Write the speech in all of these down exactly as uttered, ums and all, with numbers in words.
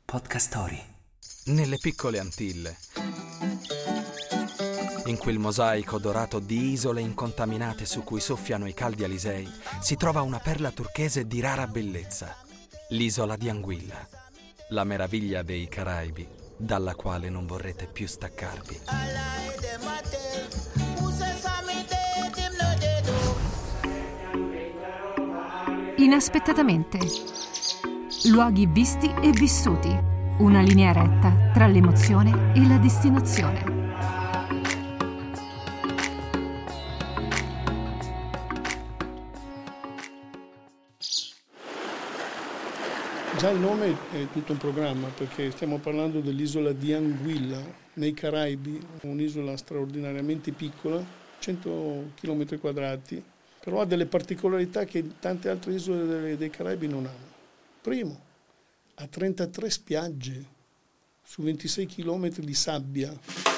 Podcast Story. Nelle piccole Antille, in quel mosaico dorato di isole incontaminate su cui soffiano i caldi alisei, si trova una perla turchese di rara bellezza, l'isola di Anguilla, la meraviglia dei Caraibi, dalla quale non vorrete più staccarvi. Inaspettatamente. Luoghi visti e vissuti. Una linea retta tra l'emozione e la destinazione. Già il nome è tutto un programma, perché stiamo parlando dell'isola di Anguilla, nei Caraibi, un'isola straordinariamente piccola, cento chilometri quadrati, però ha delle particolarità che tante altre isole dei Caraibi non hanno. Primo, ha trentatré spiagge su ventisei chilometri di sabbia.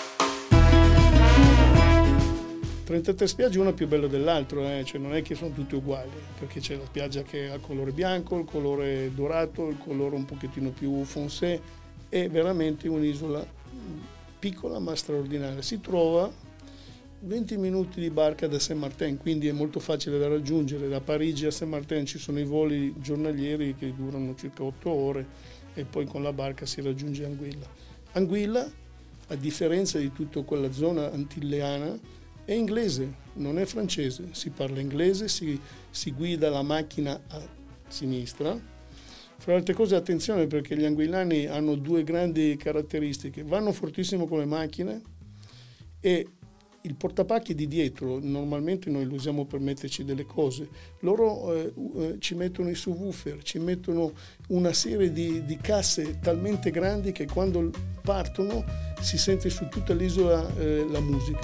trentatré spiagge, una più bella dell'altro, eh? Cioè non è che sono tutte uguali, perché c'è la spiaggia che ha il colore bianco, il colore dorato, il colore un pochettino più foncé. È veramente un'isola piccola ma straordinaria. Si trova venti minuti di barca da Saint-Martin, quindi è molto facile da raggiungere. Da Parigi a Saint-Martin ci sono i voli giornalieri che durano circa otto ore e poi con la barca si raggiunge Anguilla. Anguilla, a differenza di tutta quella zona antilleana, è inglese, non è francese. Si parla inglese, si, si guida la macchina a sinistra. Fra le altre cose, attenzione, perché gli anguillani hanno due grandi caratteristiche: vanno fortissimo con le macchine e il portapacchi di dietro, normalmente noi lo usiamo per metterci delle cose, loro eh, eh, ci mettono i subwoofer, ci mettono una serie di, di casse talmente grandi che quando partono si sente su tutta l'isola eh, la musica.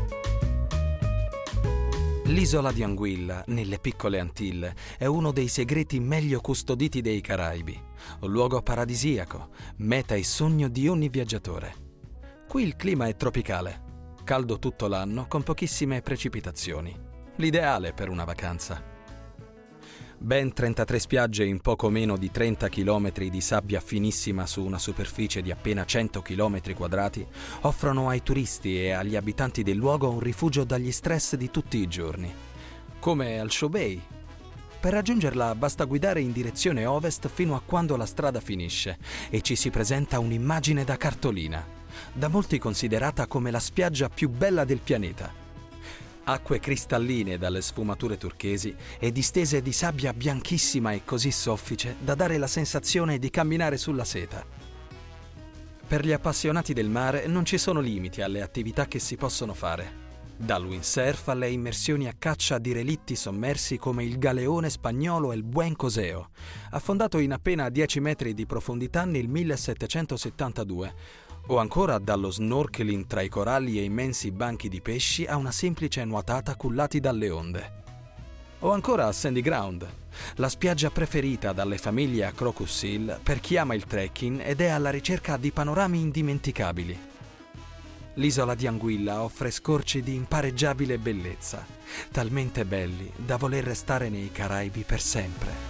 L'isola di Anguilla, nelle piccole Antille, è uno dei segreti meglio custoditi dei Caraibi, un luogo paradisiaco, meta e sogno di ogni viaggiatore. Qui il clima è tropicale, caldo tutto l'anno con pochissime precipitazioni, l'ideale per una vacanza. Ben trentatré spiagge in poco meno di trenta chilometri di sabbia finissima su una superficie di appena cento chilometri quadrati offrono ai turisti e agli abitanti del luogo un rifugio dagli stress di tutti i giorni, come al Show Bay. Per raggiungerla basta guidare in direzione ovest fino a quando la strada finisce e ci si presenta un'immagine da cartolina, da molti considerata come la spiaggia più bella del pianeta. Acque cristalline dalle sfumature turchesi e distese di sabbia bianchissima e così soffice da dare la sensazione di camminare sulla seta. Per gli appassionati del mare non ci sono limiti alle attività che si possono fare, dal windsurf alle immersioni a caccia di relitti sommersi come il galeone spagnolo El Buen Coseo, affondato in appena dieci metri di profondità nel millesettecentosettantadue, o ancora dallo snorkeling tra i coralli e immensi banchi di pesci a una semplice nuotata cullati dalle onde. O ancora a Sandy Ground, la spiaggia preferita dalle famiglie a Crocus Hill per chi ama il trekking ed è alla ricerca di panorami indimenticabili. L'isola di Anguilla offre scorci di impareggiabile bellezza, talmente belli da voler restare nei Caraibi per sempre.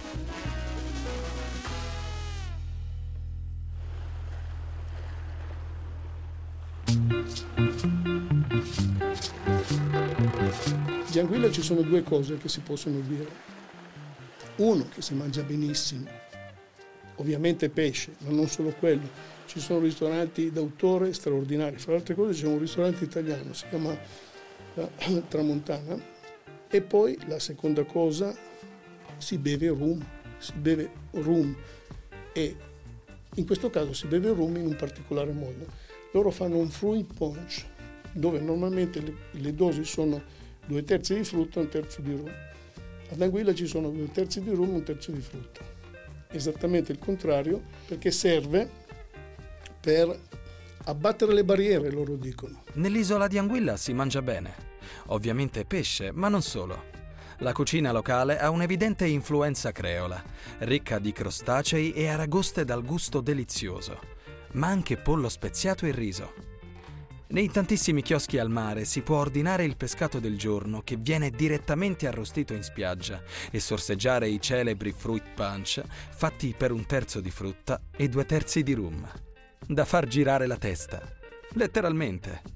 Di Anguilla ci sono due cose che si possono dire. Uno, che si mangia benissimo, ovviamente pesce, ma non solo quello. Ci sono ristoranti d'autore straordinari. Fra le altre cose c'è un ristorante italiano, si chiama la Tramontana. E poi la seconda cosa, si beve rum, si beve rum e in questo caso si beve rum in un particolare modo. Loro fanno un fruit punch, dove normalmente le, le dosi sono due terzi di frutta e un terzo di rum. Ad Anguilla ci sono due terzi di rum e un terzo di frutta. Esattamente il contrario, perché serve per abbattere le barriere, loro dicono. Nell'isola di Anguilla si mangia bene, ovviamente pesce, ma non solo. La cucina locale ha un'evidente influenza creola, ricca di crostacei e aragoste dal gusto delizioso, ma anche pollo speziato e riso. Nei tantissimi chioschi al mare si può ordinare il pescato del giorno che viene direttamente arrostito in spiaggia e sorseggiare i celebri fruit punch fatti per un terzo di frutta e due terzi di rum. Da far girare la testa, letteralmente.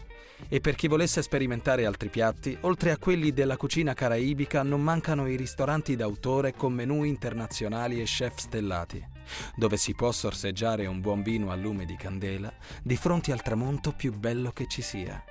E per chi volesse sperimentare altri piatti, oltre a quelli della cucina caraibica non mancano i ristoranti d'autore con menù internazionali e chef stellati, dove si può sorseggiare un buon vino a lume di candela di fronte al tramonto più bello che ci sia.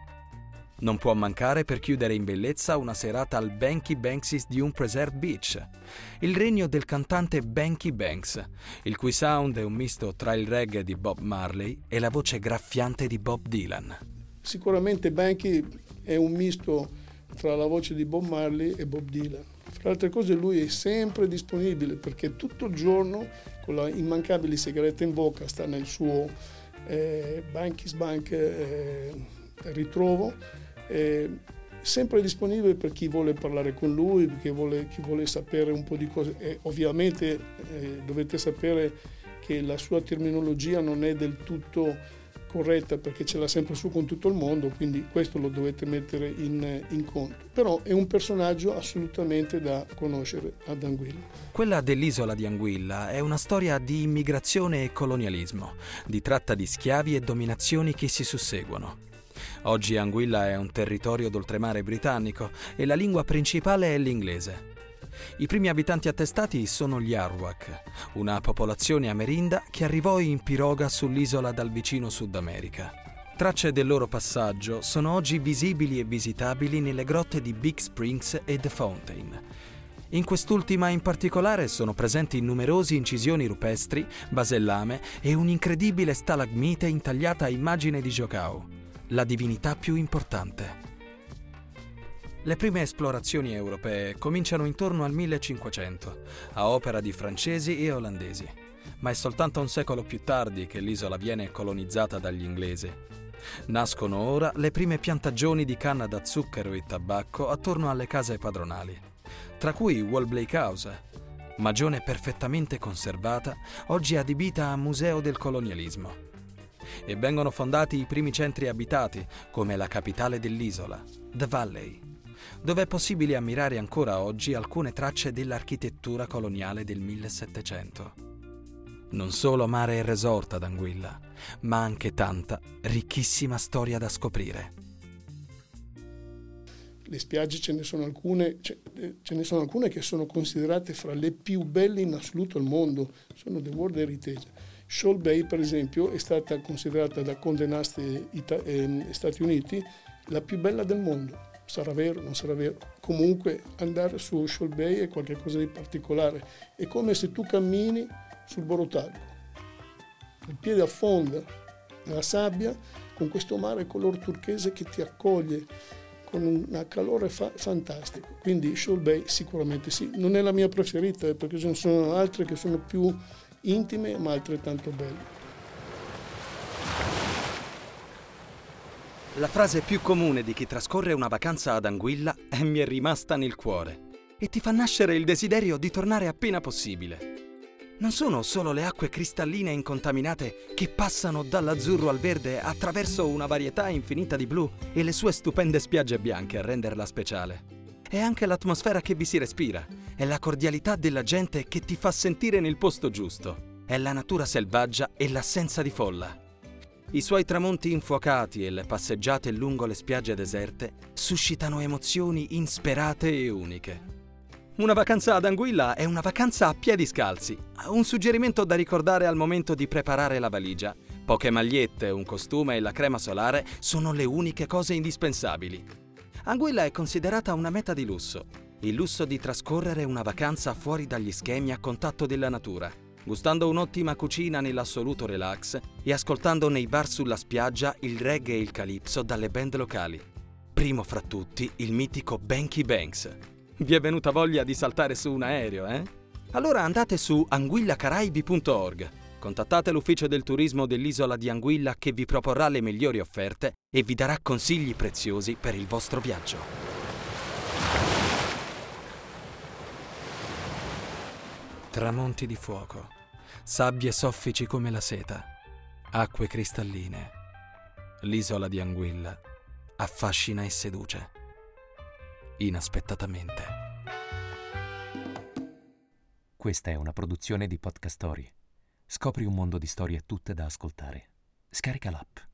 Non può mancare per chiudere in bellezza una serata al Banky Banksy's Dune Preserve Beach, il regno del cantante Banky Banks, il cui sound è un misto tra il reggae di Bob Marley e la voce graffiante di Bob Dylan. Sicuramente Banky è un misto tra la voce di Bob Marley e Bob Dylan. Fra le altre cose lui è sempre disponibile perché tutto il giorno con la immancabile sigaretta in bocca sta nel suo eh, Banky's Bank eh, ritrovo, eh, sempre disponibile per chi vuole parlare con lui, chi vuole, chi vuole sapere un po' di cose. E ovviamente eh, dovete sapere che la sua terminologia non è del tutto corretta perché ce l'ha sempre su con tutto il mondo, quindi questo lo dovete mettere in, in conto. Però è un personaggio assolutamente da conoscere ad Anguilla. Quella dell'isola di Anguilla è una storia di immigrazione e colonialismo, di tratta di schiavi e dominazioni che si susseguono. Oggi Anguilla è un territorio d'oltremare britannico e la lingua principale è l'inglese. I primi abitanti attestati sono gli Arawak, una popolazione amerinda che arrivò in piroga sull'isola dal vicino Sud America. Tracce del loro passaggio sono oggi visibili e visitabili nelle grotte di Big Springs e The Fountain. In quest'ultima in particolare sono presenti numerose incisioni rupestri, basellame e un'incredibile stalagmite intagliata a immagine di Jokau, la divinità più importante. Le prime esplorazioni europee cominciano intorno al millecinquecento, a opera di francesi e olandesi, ma è soltanto un secolo più tardi che l'isola viene colonizzata dagli inglesi. Nascono ora le prime piantagioni di canna da zucchero e tabacco attorno alle case padronali, tra cui Wall Blake House, magione perfettamente conservata, oggi adibita a museo del colonialismo. E vengono fondati i primi centri abitati, come la capitale dell'isola, The Valley, dove è possibile ammirare ancora oggi alcune tracce dell'architettura coloniale del millesettecento. Non solo mare e resort ad Anguilla, ma anche tanta, ricchissima storia da scoprire. Le spiagge ce ne sono alcune, ce, ce ne sono alcune che sono considerate fra le più belle in assoluto al mondo, sono The World Heritage. Shoal Bay, per esempio, è stata considerata da Condé Nast Ita- eh, Stati Uniti la più bella del mondo. Sarà vero, non sarà vero. Comunque andare su Shoal Bay è qualcosa di particolare. È come se tu cammini sul Borotalco. Il piede affonda nella sabbia con questo mare color turchese che ti accoglie con un calore fa- fantastico. Quindi Shoal Bay sicuramente sì. Non è la mia preferita perché ce ne sono altre che sono più intime ma altrettanto belle. La frase più comune di chi trascorre una vacanza ad Anguilla è "mi è rimasta nel cuore" e ti fa nascere il desiderio di tornare appena possibile. Non sono solo le acque cristalline e incontaminate che passano dall'azzurro al verde attraverso una varietà infinita di blu e le sue stupende spiagge bianche a renderla speciale. È anche l'atmosfera che vi si respira, è la cordialità della gente che ti fa sentire nel posto giusto, è la natura selvaggia e l'assenza di folla. I suoi tramonti infuocati e le passeggiate lungo le spiagge deserte suscitano emozioni insperate e uniche. Una vacanza ad Anguilla è una vacanza a piedi scalzi. Un suggerimento da ricordare al momento di preparare la valigia. Poche magliette, un costume e la crema solare sono le uniche cose indispensabili. Anguilla è considerata una meta di lusso. Il lusso di trascorrere una vacanza fuori dagli schemi a contatto della natura, gustando un'ottima cucina nell'assoluto relax e ascoltando nei bar sulla spiaggia il reggae e il calypso dalle band locali. Primo fra tutti il mitico Banky Banks. Vi è venuta voglia di saltare su un aereo, eh? Allora andate su anguilla caraibi punto org, contattate l'ufficio del turismo dell'isola di Anguilla che vi proporrà le migliori offerte e vi darà consigli preziosi per il vostro viaggio. Tramonti di fuoco, sabbie soffici come la seta, acque cristalline, l'isola di Anguilla affascina e seduce. Inaspettatamente. Questa è una produzione di Podcast Story. Scopri un mondo di storie tutte da ascoltare. Scarica l'app.